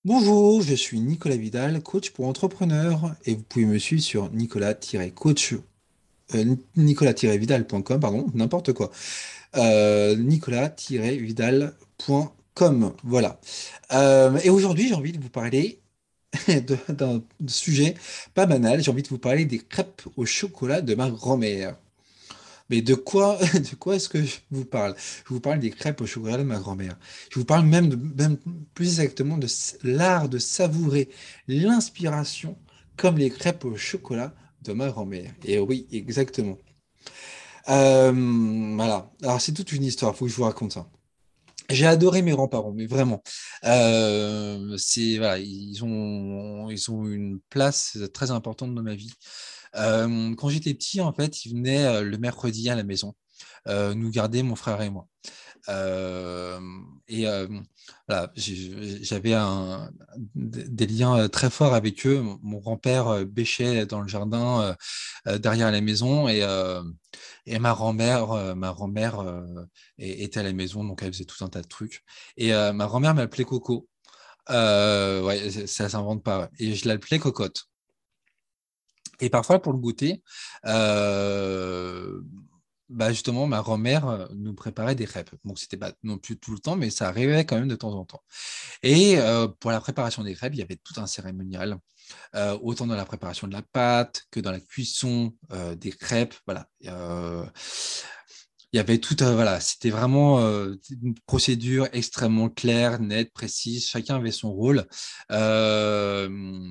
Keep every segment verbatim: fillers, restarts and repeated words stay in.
Bonjour, je suis Nicolas Vidal, coach pour entrepreneurs et vous pouvez me suivre sur nicolas-coach, euh, nicolas-vidal point com, pardon, n'importe quoi. Euh, nicolas-vidal point com, voilà. Euh, et aujourd'hui, j'ai envie de vous parler de- d'un sujet pas banal. J'ai envie de vous parler des crêpes au chocolat de ma grand-mère. Mais de quoi, de quoi est-ce que je vous parle? Je vous parle des crêpes au chocolat de ma grand-mère. Je vous parle même, de, même plus exactement de s- l'art de savourer l'inspiration comme les crêpes au chocolat de ma grand-mère. Et oui, exactement. Euh, voilà. Alors c'est toute une histoire, faut que je vous raconte ça. J'ai adoré mes grands-parents, mais vraiment. Euh, c'est voilà, ils ont ils ont une place très importante dans ma vie. Euh, quand j'étais petit, en fait, ils venaient euh, le mercredi à la maison euh, nous garder, mon frère et moi. Euh, et euh, voilà, j'ai- j'avais un, des liens euh, très forts avec eux. Mon grand-père euh, bêchait dans le jardin euh, euh, derrière la maison et, euh, et ma grand-mère, euh, ma grand-mère euh, é- était à la maison, donc elle faisait tout un tas de trucs. Et euh, ma grand-mère m'appelait Coco. Euh, ouais, ça ça s'invente pas. Ouais. Et je l'appelais Cocotte. Et parfois, pour le goûter, euh, bah justement, ma grand-mère euh, nous préparait des crêpes. Donc, c'était pas non plus tout le temps, mais ça arrivait quand même de temps en temps. Et euh, pour la préparation des crêpes, il y avait tout un cérémonial, euh, autant dans la préparation de la pâte que dans la cuisson euh, des crêpes. Voilà. Euh, il y avait tout, euh, voilà, c'était vraiment euh, une procédure extrêmement claire, nette, précise. Chacun avait son rôle. Euh,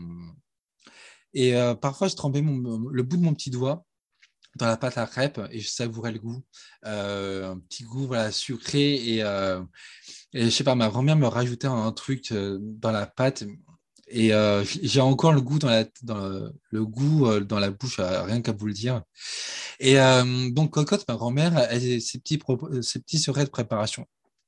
et euh, parfois, je trempais mon- le bout de mon petit doigt dans la pâte à crêpes et je savourais le goût. Euh, un petit goût voilà, sucré. Et, euh, et je sais pas, ma grand-mère me rajoutait un truc euh, dans la pâte. Et euh, j'ai encore le goût dans la, dans le, le goût euh, dans la bouche, euh, rien qu'à vous le dire. Et euh, donc, cocotte, ma grand-mère, elle, ses petits, propos- ses petits secrets de préparation.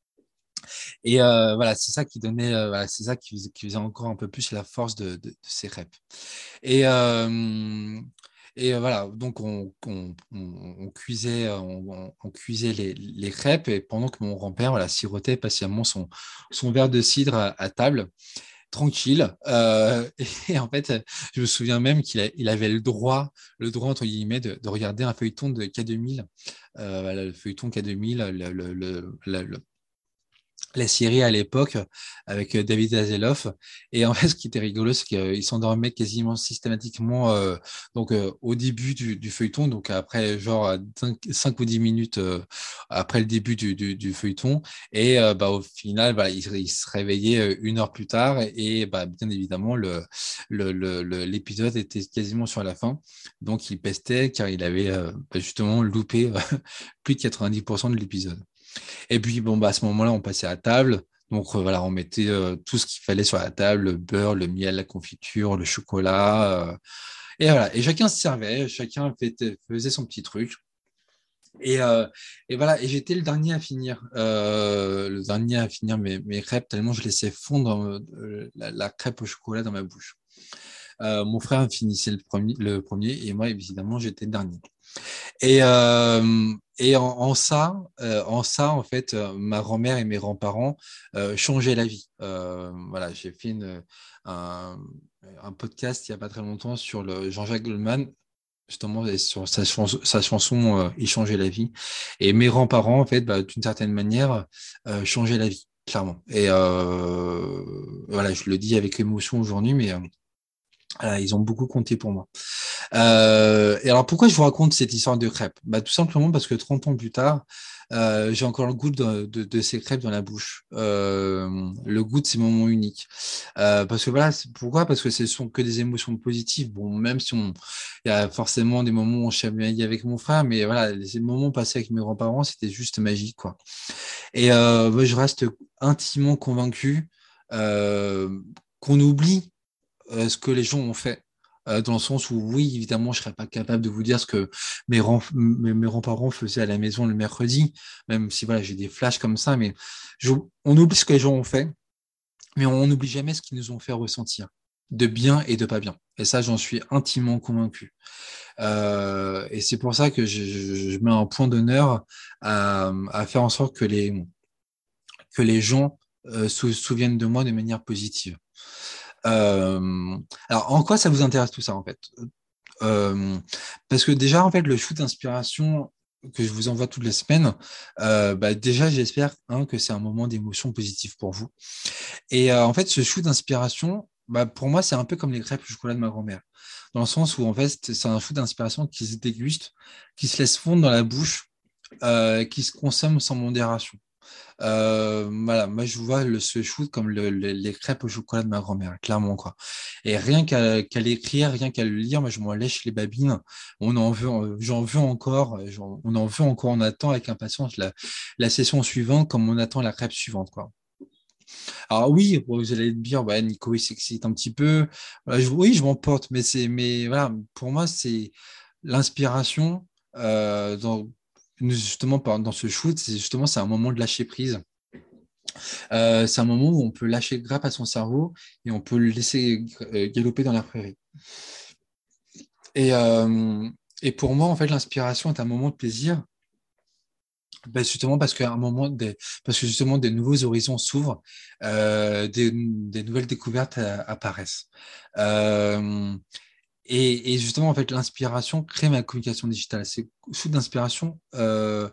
Et euh, voilà, c'est ça qui donnait, euh, voilà, c'est ça qui faisait, qui faisait encore un peu plus la force de, de, de ces crêpes. Et, euh, et euh, voilà, donc on, on, on, on cuisait, euh, on, on cuisait les, les crêpes et pendant que mon grand-père voilà, sirotait patiemment son, son verre de cidre à, à table, tranquille. Euh, et en fait, je me souviens même qu'il a- il avait le droit, le droit entre guillemets, de, de regarder un feuilleton de K deux mille, euh, voilà, le feuilleton K deux mille, le, le, le, le, le la série à l'époque avec euh, David Hasselhoff. Et en fait, ce qui était rigolo, c'est qu'il s'endormait quasiment systématiquement euh, donc euh, au début du, du feuilleton, donc après genre cinq ou dix minutes euh, après le début du, du, du feuilleton. Et euh, bah, au final, bah, il, il se réveillait euh, une heure plus tard et bah, bien évidemment, le, le, le, le- l'épisode était quasiment sur la fin. Donc il pestait car il avait euh, bah, justement loupé euh, plus de quatre-vingt-dix pour cent de l'épisode. Et puis, bon, bah, à ce moment-là, on passait à table. Donc, euh, voilà, on mettait euh, tout ce qu'il fallait sur la table, le beurre, le miel, la confiture, le chocolat. euh, et voilà. Et chacun se servait, chacun fait- faisait son petit truc. Et, euh, et voilà. Et j'étais le dernier à finir, euh, le dernier à finir mes, mes crêpes, tellement je laissais fondre euh, la, la crêpe au chocolat dans ma bouche. Euh, mon frère finissait le premier, le premier et moi, évidemment, j'étais le dernier. Et, euh, et en, en ça, euh, en ça, en fait, euh, ma grand-mère et mes grands-parents euh, changeaient la vie. Euh, voilà, j'ai fait une, un, un podcast il n'y a pas très longtemps sur le Jean-Jacques Goldman, justement, et sur sa, chanson, sa chanson euh, Il changeait la vie. Et mes grands-parents, en fait, bah, d'une certaine manière, euh, changeaient la vie, clairement. Et euh, voilà, je le dis avec émotion aujourd'hui, mais euh, voilà, ils ont beaucoup compté pour moi. Euh, et alors pourquoi je vous raconte cette histoire de crêpes? Bah, tout simplement parce que trente ans plus tard, euh, j'ai encore le goût de, de, de ces crêpes dans la bouche, euh, le goût de ces moments uniques. Euh, parce que voilà, c'est- pourquoi? Parce que ce sont que des émotions positives. Bon, même si on, il y a forcément des moments où on chamaille avec mon frère, mais voilà, les moments passés avec mes grands-parents, c'était juste magique, quoi. Et euh, moi, je reste intimement convaincu euh, qu'on oublie euh, ce que les gens ont fait. Euh, dans le sens où, oui, évidemment, je serais pas capable de vous dire ce que mes, ren- mes, mes grands-parents faisaient à la maison le mercredi, même si voilà, j'ai des flashs comme ça, mais je- on oublie ce que les gens ont fait, mais on n'oublie jamais ce qu'ils nous ont fait ressentir, de bien et de pas bien. Et ça, j'en suis intimement convaincu. Euh, et c'est pour ça que je, je- je mets un point d'honneur à, à faire en sorte que les, que les gens euh, se souviennent de moi de manière positive. Euh, alors, en quoi ça vous intéresse tout ça, en fait? Euh, Parce que déjà, en fait, le shoot d'inspiration que je vous envoie toutes les semaines, euh, bah, déjà, j'espère hein, que c'est un moment d'émotion positive pour vous. Et euh, en fait, ce shoot d'inspiration, bah, pour moi, c'est un peu comme les crêpes au chocolat de ma grand-mère. Dans le sens où, en fait, c'est un shoot d'inspiration qui se déguste, qui se laisse fondre dans la bouche, euh, qui se consomme sans modération. Euh, voilà, moi je vois le, ce shoot comme le- le- les crêpes au chocolat de ma grand-mère, clairement quoi. Et rien qu'à qu'à l'écrire, rien qu'à le lire, moi je m'en lèche les babines. On en veut, euh, j'en veux encore, euh, j'en- on en veut encore, on attend avec impatience la, la session suivante comme on attend la crêpe suivante quoi. Alors oui, bon, vous allez me dire, bah, Nico il s'excite un petit peu. Voilà, je- oui, je m'emporte, mais c'est, mais voilà, pour moi c'est l'inspiration euh, dans justement par- dans ce shoot, c'est justement c'est un moment de lâcher prise. Euh, c'est un moment où on peut lâcher le grappe à son cerveau et on peut le laisser euh, galoper dans la prairie. Et, euh, et pour moi, en fait, l'inspiration est un moment de plaisir, ben, justement parce qu'à un moment, des, parce que justement des nouveaux horizons s'ouvrent, euh, des, des nouvelles découvertes euh, apparaissent. Euh, et, et justement, en fait, l'inspiration crée ma communication digitale. C'est sous d'inspiration. Euh,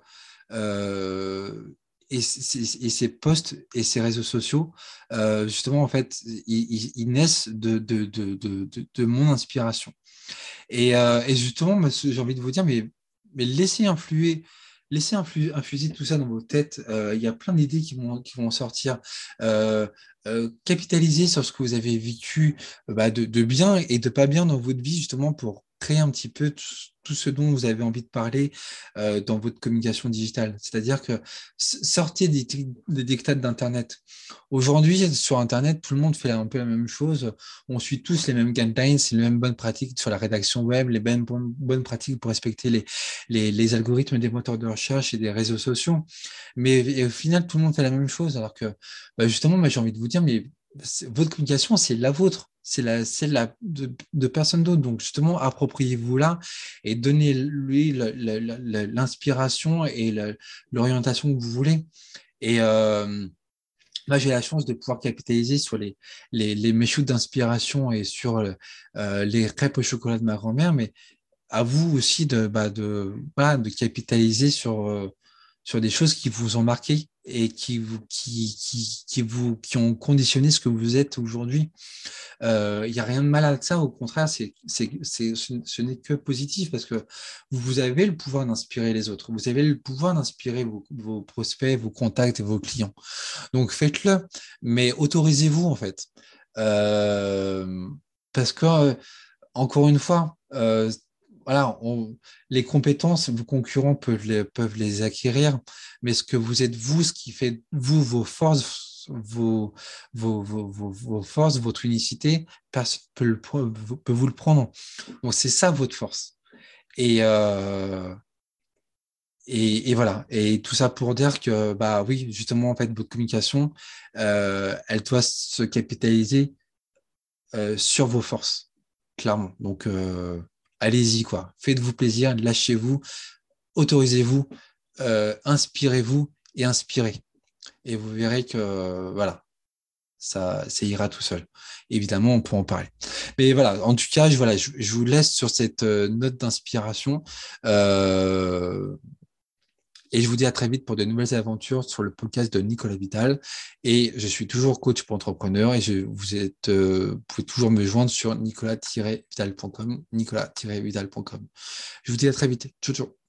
euh, et, c- et ces posts et ces réseaux sociaux, euh, justement, en fait, ils, ils- ils naissent de, de, de, de, de, de mon inspiration. Et, euh, et justement, moi, ce- j'ai envie de vous dire, mais, mais laissez influer, laissez influ- infuser tout ça dans vos têtes. Euh, Il y a plein d'idées qui vont, qui vont sortir. Euh, euh, capitalisez sur ce que vous avez vécu euh, bah, de, de bien et de pas bien dans votre vie, justement, pour créer un petit peu tout, tout ce dont vous avez envie de parler euh, dans votre communication digitale. C'est-à-dire que s- sortez des, des dictats d'Internet. Aujourd'hui, sur Internet, tout le monde fait un peu la même chose. On suit tous les mêmes guidelines, les mêmes bonnes pratiques sur la rédaction web, les mêmes bonnes, bonnes pratiques pour respecter les, les, les algorithmes des moteurs de recherche et des réseaux sociaux. Mais et au final, tout le monde fait la même chose. Alors que, bah, justement, moi, j'ai envie de vous dire, mais c'est- votre communication, c'est la vôtre. C'est la, celle la, de, de personne d'autre. Donc, justement, appropriez-vous-la et donnez-lui le- le- le- l'inspiration et le- l'orientation que vous voulez. Et, euh, Là, j'ai la chance de pouvoir capitaliser sur les, les, les mes shoots d'inspiration et sur euh, les crêpes au chocolat de ma grand-mère, mais à vous aussi de, bah, de, voilà, de capitaliser sur, euh, sur des choses qui vous ont marqué et qui vous, qui, qui, qui vous, qui ont conditionné ce que vous êtes aujourd'hui. Euh, Il n'y a rien de mal à ça, au contraire, c'est, c'est, c'est, ce ce n'est que positif parce que vous avez le pouvoir d'inspirer les autres, vous avez le pouvoir d'inspirer vos, vos prospects, vos contacts et vos clients. Donc faites-le, mais autorisez-vous en fait. Euh, Parce que, euh, encore une fois, euh, voilà, on- les compétences, vos concurrents peuvent les, peuvent les acquérir, mais ce que vous êtes vous, ce qui fait vous, vos forces, vos, vos, vos, vos, vos forces, votre unicité, personne peut, le pre- peut vous le prendre. Donc c'est ça votre force. Et, euh, et, et voilà. Et tout ça pour dire que, bah oui, justement, en fait, votre communication, euh, elle doit se capitaliser euh, sur vos forces, clairement. Donc, euh, allez-y, quoi. Faites-vous plaisir, lâchez-vous, autorisez-vous, euh, inspirez-vous et inspirez. Et vous verrez que, euh, voilà, ça, ça ira tout seul. Évidemment, on peut en parler. Mais voilà, en tout cas, je, voilà, je, je vous laisse sur cette euh, note d'inspiration. Euh, Et je vous dis à très vite pour de nouvelles aventures sur le podcast de Nicolas Vidal. Et je suis toujours coach pour entrepreneurs et je, vous êtes, euh, vous pouvez toujours me joindre sur nicolas-vidal point com, nicolas-vidal point com. Je vous dis à très vite. Ciao, ciao.